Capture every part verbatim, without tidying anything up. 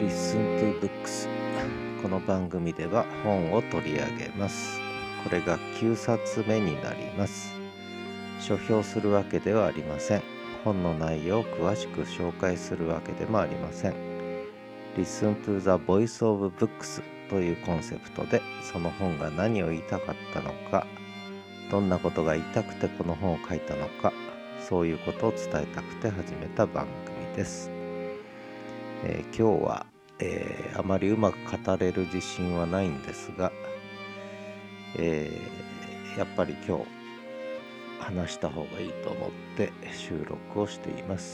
Listen to Books。 この番組では本を取り上げます。これがきゅうさつめになります。書評するわけではありません。本の内容を詳しく紹介するわけでもありません。Listen to the Voice of Books というコンセプトで、その本が何を言いたかったのか、どんなことが言いたくてこの本を書いたのか、そういうことを伝えたくて始めた番組です。えー、今日は、えー、あまりうまく語れる自信はないんですが、えー、やっぱり今日話した方がいいと思って収録をしています。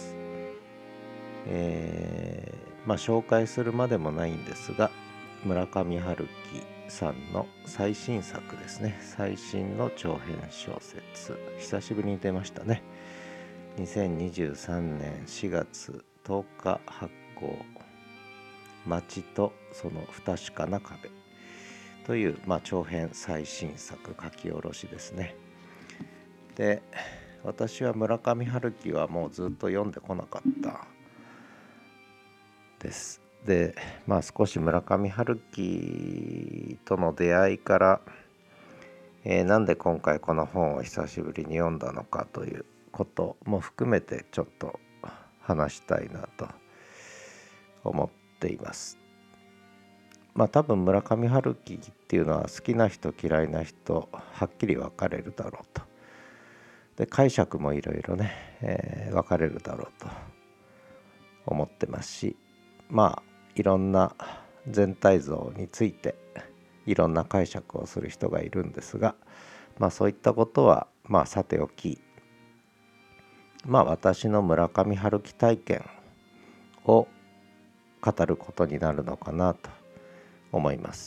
えー、まあ紹介するまでもないんですが、村上春樹さんの最新作ですね。最新の長編小説、久しぶりに出ましたね。にせんにじゅうさんねんしがつとおか発行、街とその不確かな壁という、まあ、長編最新作書き下ろしですね。で、私は村上春樹はもうずっと読んでこなかったです。で、まあ少し村上春樹との出会いから、えー、なんで今回この本を久しぶりに読んだのかということも含めてちょっと話したいなと思っています。まあ多分村上春樹っていうのは好きな人嫌いな人はっきり分かれるだろうと。で解釈もいろいろね、えー、分かれるだろうと思ってますし、まあいろんな全体像についていろんな解釈をする人がいるんですが、まあそういったことはまあさておき、まあ私の村上春樹体験を語ることになるのかなと思います。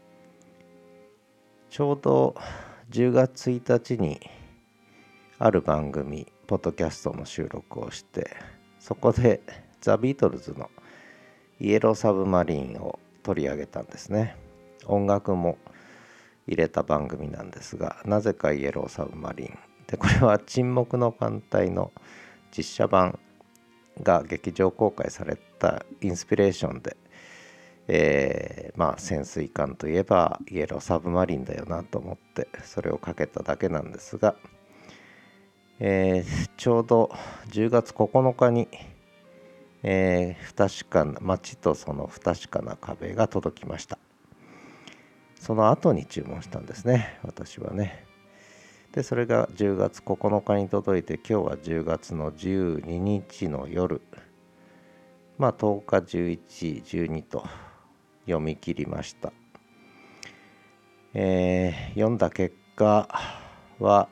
ちょうどじゅうがつついたちにある番組ポッドキャストの収録をして、そこでザ・ビートルズのイエローサブマリーンを取り上げたんですね。音楽も入れた番組なんですが、なぜかイエローサブマリーンで、これは沈黙の艦隊の実写版が劇場公開されたインスピレーションで、えー、まあ潜水艦といえばイエローサブマリンだよなと思ってそれをかけただけなんですが、えー、ちょうどじゅうがつここのかに、えー、不確かな街とその不確かな壁が届きました。その後に注文したんですね、私はね。でそれがじゅうがつここのかに届いて、今日はじゅうがつのじゅうににちの夜、まあとおか、じゅういち、じゅうにと読み切りました。えー、読んだ結果は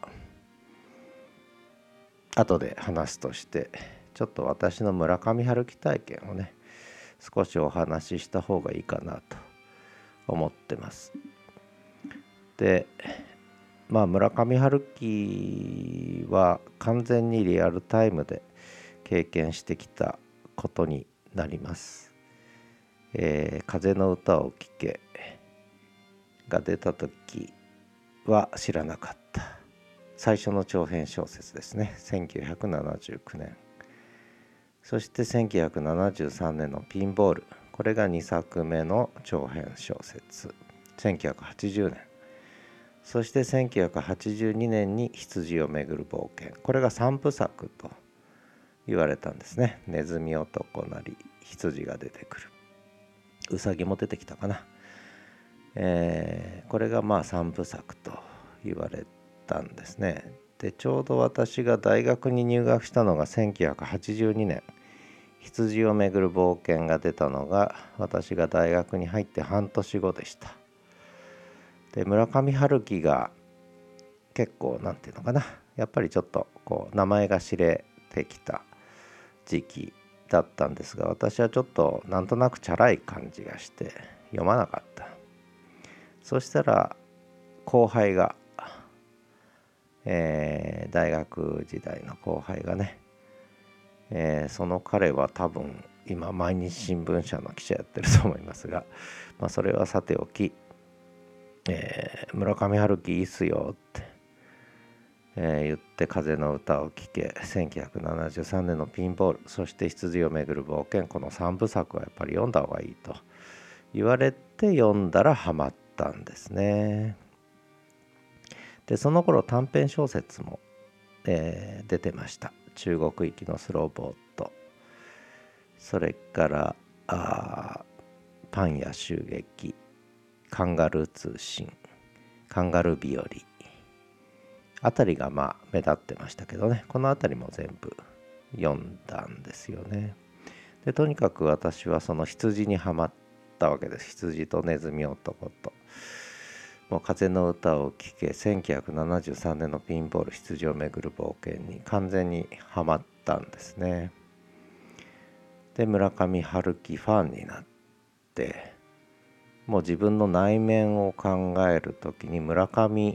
後で話すとして、ちょっと私の村上春樹体験をね少しお話しした方がいいかなと思ってます。で、まあ村上春樹は完全にリアルタイムで経験してきたことになります。えー、風の歌を聴けが出た時は知らなかった。最初の長編小説ですね、せんきゅうひゃくななじゅうきゅうねん。そしてせんきゅうひゃくななじゅうさんねんのピンボール、これがにさくめの長編小説、せんきゅうひゃくはちじゅうねん。そしてせんきゅうひゃくはちじゅうにねんに羊をめぐる冒険、これがさんぶさくと言われたんですね。ネズミ男なり羊が出てくる、ウサギも出てきたかな。えー、これがまあさんぶさくと言われたんですね。でちょうど私が大学に入学したのがせんきゅうひゃくはちじゅうにねん、羊をめぐる冒険が出たのが私が大学に入って半年後でした。で村上春樹が結構なんていうのかな、やっぱりちょっとこう名前が知れてきた時期だったんですが、私はちょっとなんとなくチャラい感じがして読まなかった。そしたら後輩が、えー、大学時代の後輩がね、えー、その彼は多分今毎日新聞社の記者やってると思いますが、まあ、それはさておき、えー、村上春樹いいっすよってえー、言って風の歌を聴け、せんきゅうひゃくななじゅうさんねんのピンボール、そして羊をめぐる冒険、このさんぶさくはやっぱり読んだ方がいいと言われて読んだらハマったんですね。でその頃短編小説も、えー、出てました。中国行きのスローボート、それからあパン屋襲撃、カンガルー通信、カンガルー日和あたりがまあ目立ってましたけどね、このあたりも全部読んだんですよね。でとにかく私はその羊にはまったわけです。羊とネズミ男と、もう風の歌を聴け、せんきゅうひゃくななじゅうさんねんのピンボール、羊をめぐる冒険に完全にはまったんですね。で村上春樹ファンになって、もう自分の内面を考えるときに村上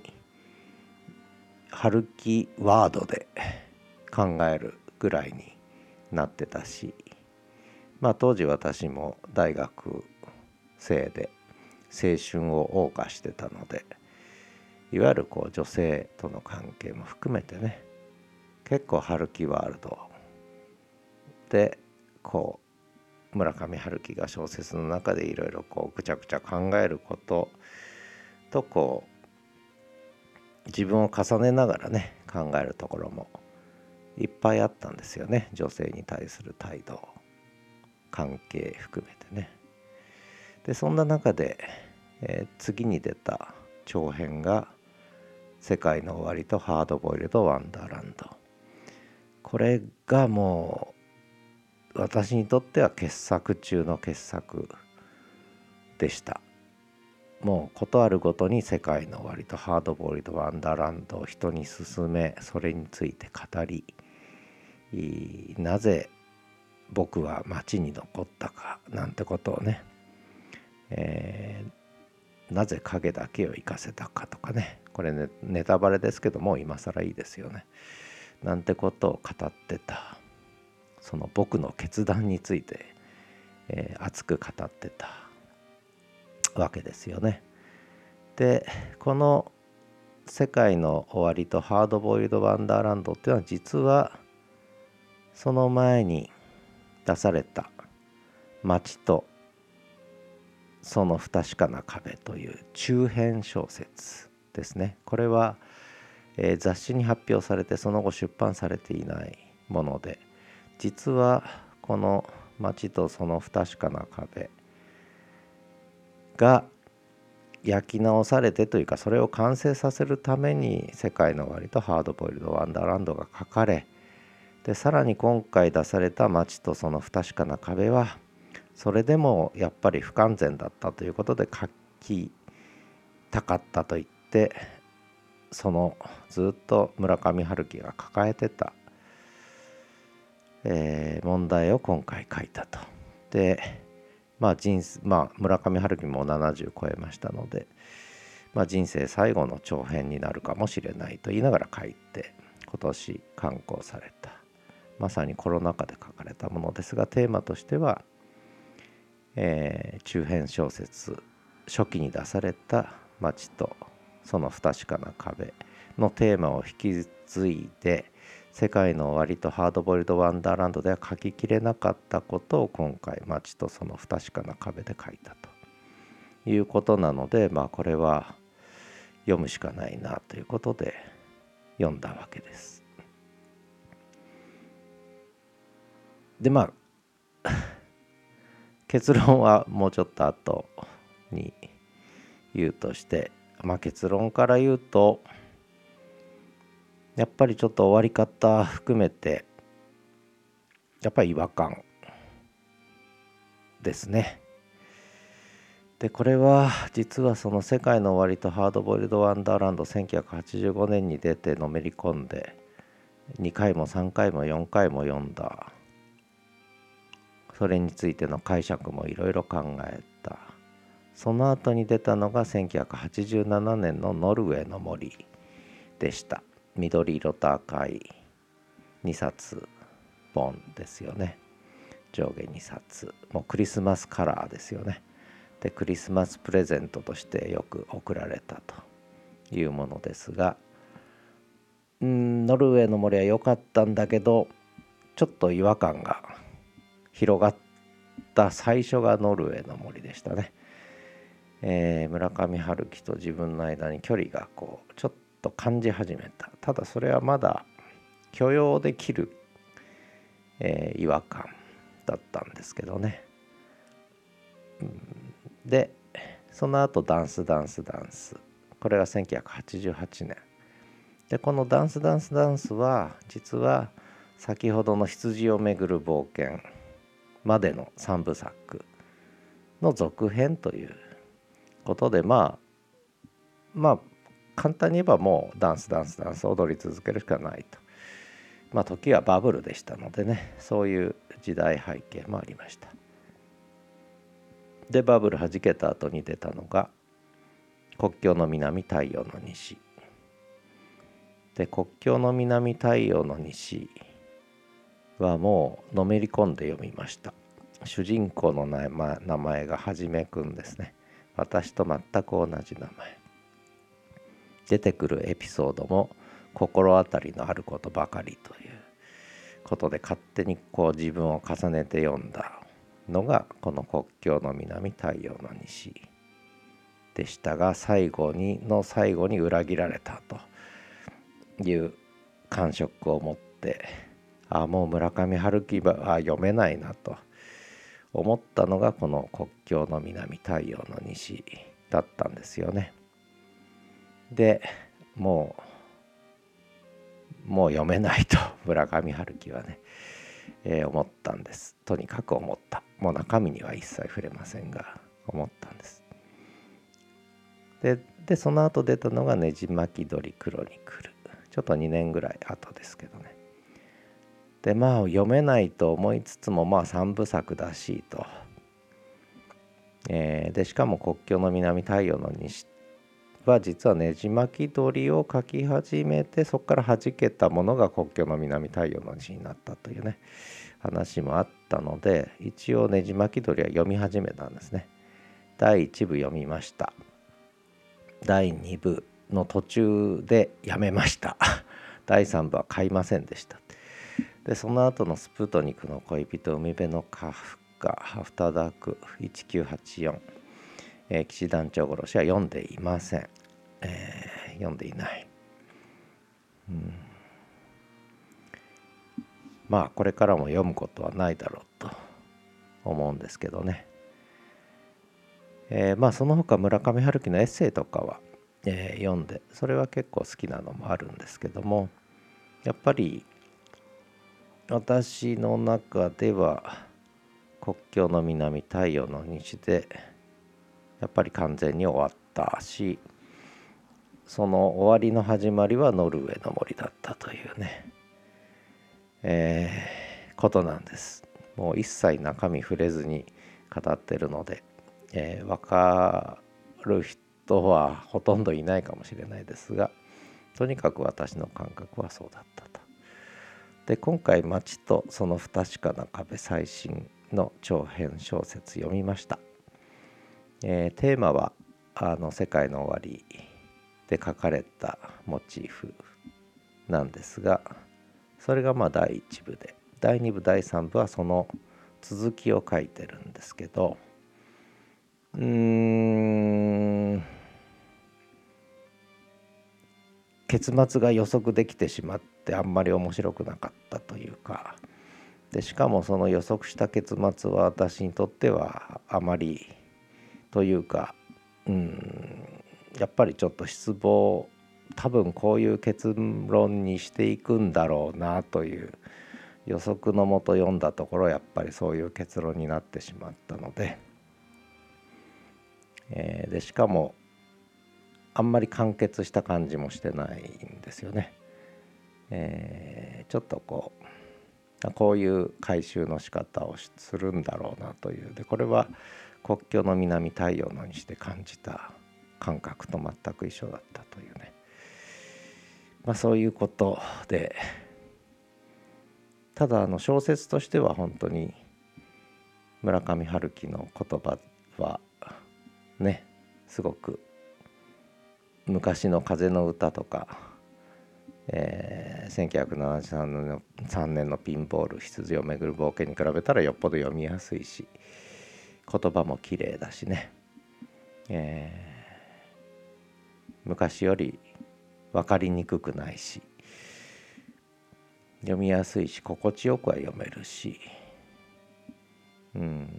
春樹ワードで考えるぐらいになってたし、まあ当時私も大学生で青春を謳歌してたので、いわゆるこう女性との関係も含めてね、結構春樹ワールドでこう村上春樹が小説の中でいろいろこうぐちゃぐちゃ考えることとこう自分を重ねながらね考えるところもいっぱいあったんですよね。女性に対する態度、関係含めてね。でそんな中で、えー、次に出た長編が世界の終わりとハードボイルドワンダーランド。これがもう私にとっては傑作中の傑作でした。もうことあるごとに世界の終わりとハードボイルドワンダーランドを人に勧め、それについて語り、なぜ僕は街に残ったかなんてことをね、えー、なぜ影だけを生かせたかとかね、これねネタバレですけども今更いいですよね、なんてことを語ってた、その僕の決断について、えー、熱く語ってたわけですよね。でこの世界の終わりとハードボイルドワンダーランドっていうのは実はその前に出された街とその不確かな壁という中編小説ですね。これは、えー、雑誌に発表されてその後出版されていないもので、実はこの街とその不確かな壁が焼き直されてというか、それを完成させるために世界の終わりとハードボイルドワンダーランドが書かれ、でさらに今回出された街とその不確かな壁はそれでもやっぱり不完全だったということで書きたかったと言って、そのずっと村上春樹が抱えてた、えー、問題を今回書いたと。でまあ人生まあ村上春樹もななじゅう超えましたので、まあ、人生最後の長編になるかもしれないと言いながら書いて今年刊行された、まさにコロナ禍で書かれたものですが、テーマとしては、えー、中編小説初期に出された街とその不確かな壁のテーマを引き継いで、世界の終わりとハードボイルドワンダーランドでは書ききれなかったことを今回街とその不確かな壁で書いたということなので、まあこれは読むしかないなということで読んだわけです。でまあ結論はもうちょっと後に言うとして、まあ結論から言うとやっぱりちょっと終わり方含めてやっぱり違和感ですね。でこれは実はその世界の終わりとハードボイルドワンダーランドせんきゅうひゃくはちじゅうごねんに出てのめり込んでにかいもさんかいもよんかいも読んだ、それについての解釈もいろいろ考えた。その後に出たのがせんきゅうひゃくはちじゅうななねんのノルウェーの森でした。緑色と赤いにさつ本ですよね。上下にさつ、もうクリスマスカラーですよね。でクリスマスプレゼントとしてよく贈られたというものですが、 んノルウェーの森は良かったんだけど、ちょっと違和感が広がった最初がノルウェーの森でしたね。えー、村上春樹と自分の間に距離がこうちょっと感じ始めた。ただそれはまだ許容できる、えー、違和感だったんですけどね。うん、でその後ダンスダンスダンス、これがせんきゅうひゃくはちじゅうはちねんで、このダンスダンスダンスは実は先ほどの羊をめぐる冒険までのさんぶさくの続編ということで、まあまあ簡単に言えばもうダンスダンスダンス踊り続けるしかないと。まあ時はバブルでしたのでね、そういう時代背景もありました。でバブル弾けた後に出たのが国境の南太陽の西で、国境の南太陽の西はもうのめり込んで読みました。主人公の名前、名前がはじめくんですね。私と全く同じ名前。出てくるエピソードも心当たりのあることばかりということで、勝手にこう自分を重ねて読んだのがこの国境の南太陽の西でしたが、最後にの最後に裏切られたという感触を持って、あもう村上春樹は読めないなと思ったのがこの国境の南太陽の西だったんですよね。でもうもう読めないと村上春樹はね、えー、思ったんです。とにかく思った。もう中身には一切触れませんが思ったんです。で, でその後出たのがねじ巻き鳥クロニクル、ちょっとにねんぐらい後ですけどね。でまあ読めないと思いつつもまあさんぶさくだしと、えー、でしかも国境の南太陽の西は実はねじ巻き鳥を書き始めて、そこから弾けたものが国境の南太陽の西になったというね話もあったので、一応ねじ巻き鳥は読み始めたんですね。だいいちぶ読みました。だいにぶの途中でやめましただいさんぶは買いませんでした。でその後のスプートニクの恋人、海辺のカフカ、アフターダークいちきゅうはちよん、えー、騎士団長殺しは読んでいません、えー、読んでいない、うん、まあこれからも読むことはないだろうと思うんですけどね。えー、まあその他村上春樹のエッセイとかは、えー、読んで、それは結構好きなのもあるんですけども、やっぱり私の中では国境の南太陽の西でやっぱり完全に終わったし、その終わりの始まりはノルウェーの森だったというね、えー、ことなんです。もう一切中身触れずに語ってるので、えー、分かる人はほとんどいないかもしれないですが、とにかく私の感覚はそうだったと。で今回街とその不確かな壁最新の長編小説読みました。えー、テーマはあの世界の終わりで書かれたモチーフなんですが、それがまあだいいちぶで、だいにぶだいさんぶはその続きを書いてるんですけど、うーん結末が予測できてしまってあんまり面白くなかったというか、でしかもその予測した結末は私にとってはあまりというか、うーんやっぱりちょっと失望、多分こういう結論にしていくんだろうなという予測のもと読んだところ、やっぱりそういう結論になってしまったので、えー、でしかもあんまり完結した感じもしてないんですよね。えー、ちょっとこうこういう回収の仕方をするんだろうなという、でこれは国境の南太陽の西で感じた感覚と全く一緒だったというね、まあそういうことで、ただあの小説としては本当に村上春樹の言葉はね、すごく昔の風の歌とか、ええー、せんきゅうひゃくななじゅうさんねんのさんねんのピンボール羊をめぐる冒険に比べたらよっぽど読みやすいし、言葉も綺麗だしね、えー、昔より分かりにくくないし、読みやすいし心地よくは読めるし、うん、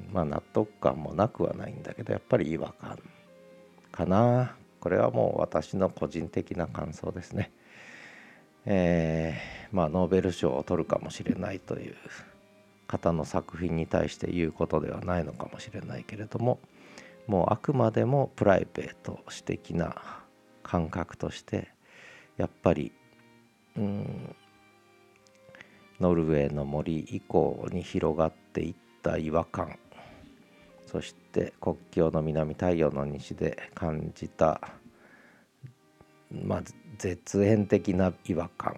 まあ納得感もなくはないんだけど、やっぱり違和感かな。これはもう私の個人的な感想ですね。えー、まあノーベル賞を取るかもしれないという方の作品に対して言うことではないのかもしれないけれども、もうあくまでもプライベート私的な感覚としてやっぱり、うん、ノルウェーの森以降に広がっていった違和感、そして国境の南太陽の西で感じた、まあ、絶縁的な違和感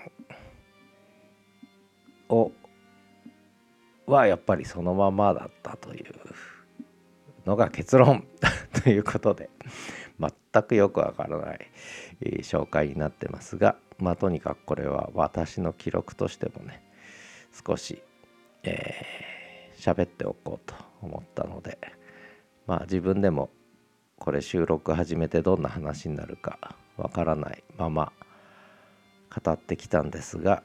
をはやっぱりそのままだったというのが結論ということで、全くよくわからない、えー、紹介になってますが、まあとにかくこれは私の記録としてもね、少しえー、喋っておこうと思ったので、まあ自分でもこれ収録始めてどんな話になるかわからないまま語ってきたんですが、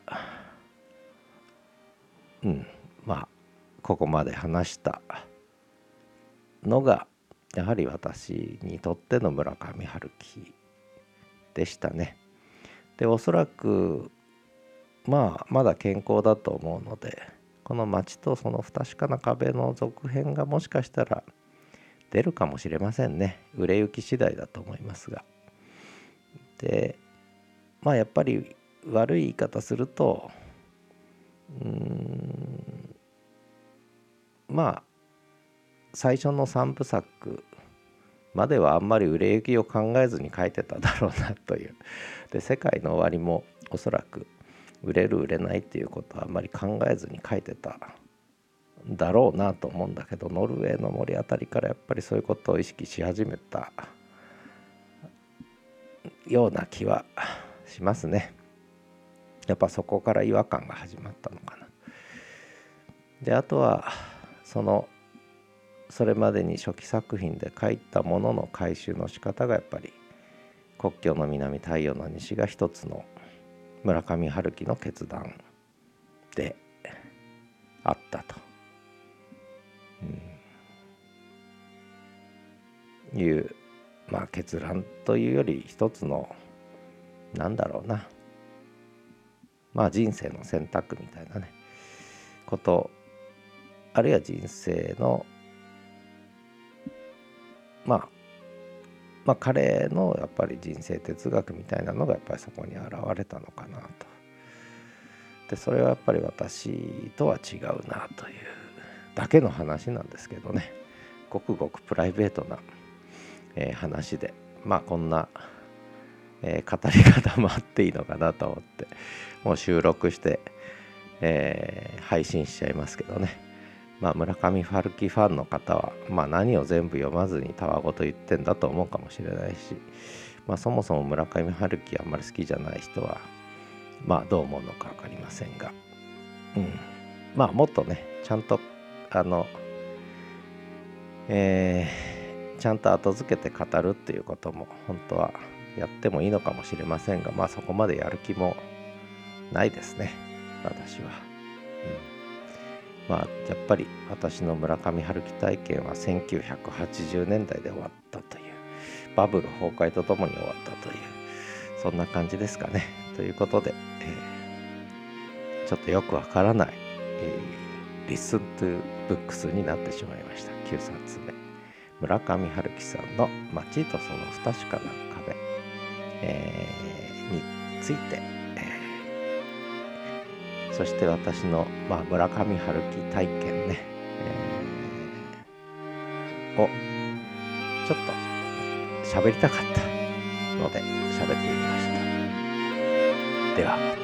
うんまあここまで話したのがやはり私にとっての村上春樹でしたね。でおそらくまあまだ健康だと思うので、この街とその不確かな壁の続編がもしかしたら出るかもしれませんね。売れ行き次第だと思いますが。でまあやっぱり悪い言い方すると、うーんまあ最初のさんぶさくまではあんまり売れ行きを考えずに書いてただろうなという。で世界の終わりもおそらく売れる売れないっていうことはあんまり考えずに書いてただろうなと思うんだけど、ノルウェーの森あたりからやっぱりそういうことを意識し始めたような気はしますね。やっぱそこから違和感が始まったのかな。であとはそのそれまでに初期作品で書いたものの回収の仕方がやっぱり国境の南太陽の西が一つの村上春樹の決断であったと、うん、いうまあ決断というより一つのなんだろうな、まあ人生の選択みたいなねこと、あるいは人生のまあまあ彼のやっぱり人生哲学みたいなのがやっぱりそこに現れたのかなと。でそれはやっぱり私とは違うなというだけの話なんですけどね、ごくごくプライベートな、えー、話で、まあこんな、えー、語り方もあっていいのかなと思ってもう収録して、えー、配信しちゃいますけどね。まあ村上春樹ファンの方は、まあ、何を全部読まずにたわごと言ってんだと思うかもしれないし、まあ、そもそも村上春樹あんまり好きじゃない人はまあどう思うのか分かりませんが、うん、まあもっとねちゃんとあの、えー、ちゃんと後付けて語るっていうことも本当はやってもいいのかもしれませんが、まあそこまでやる気もないですね私は。うん、まあやっぱり私の村上春樹体験はせんきゅうひゃくはちじゅうねんだいで終わったという、バブル崩壊とともに終わったという、そんな感じですかね。ということで、えー、ちょっとよくわからない、えー、Listen to Books になってしまいました。きゅうさつめ、村上春樹さんの街とその不確かな壁、えー、について、えー、そして私の、まあ、村上春樹体験ね、えー、をちょっと喋りたかったので喋ってみました。ではまた。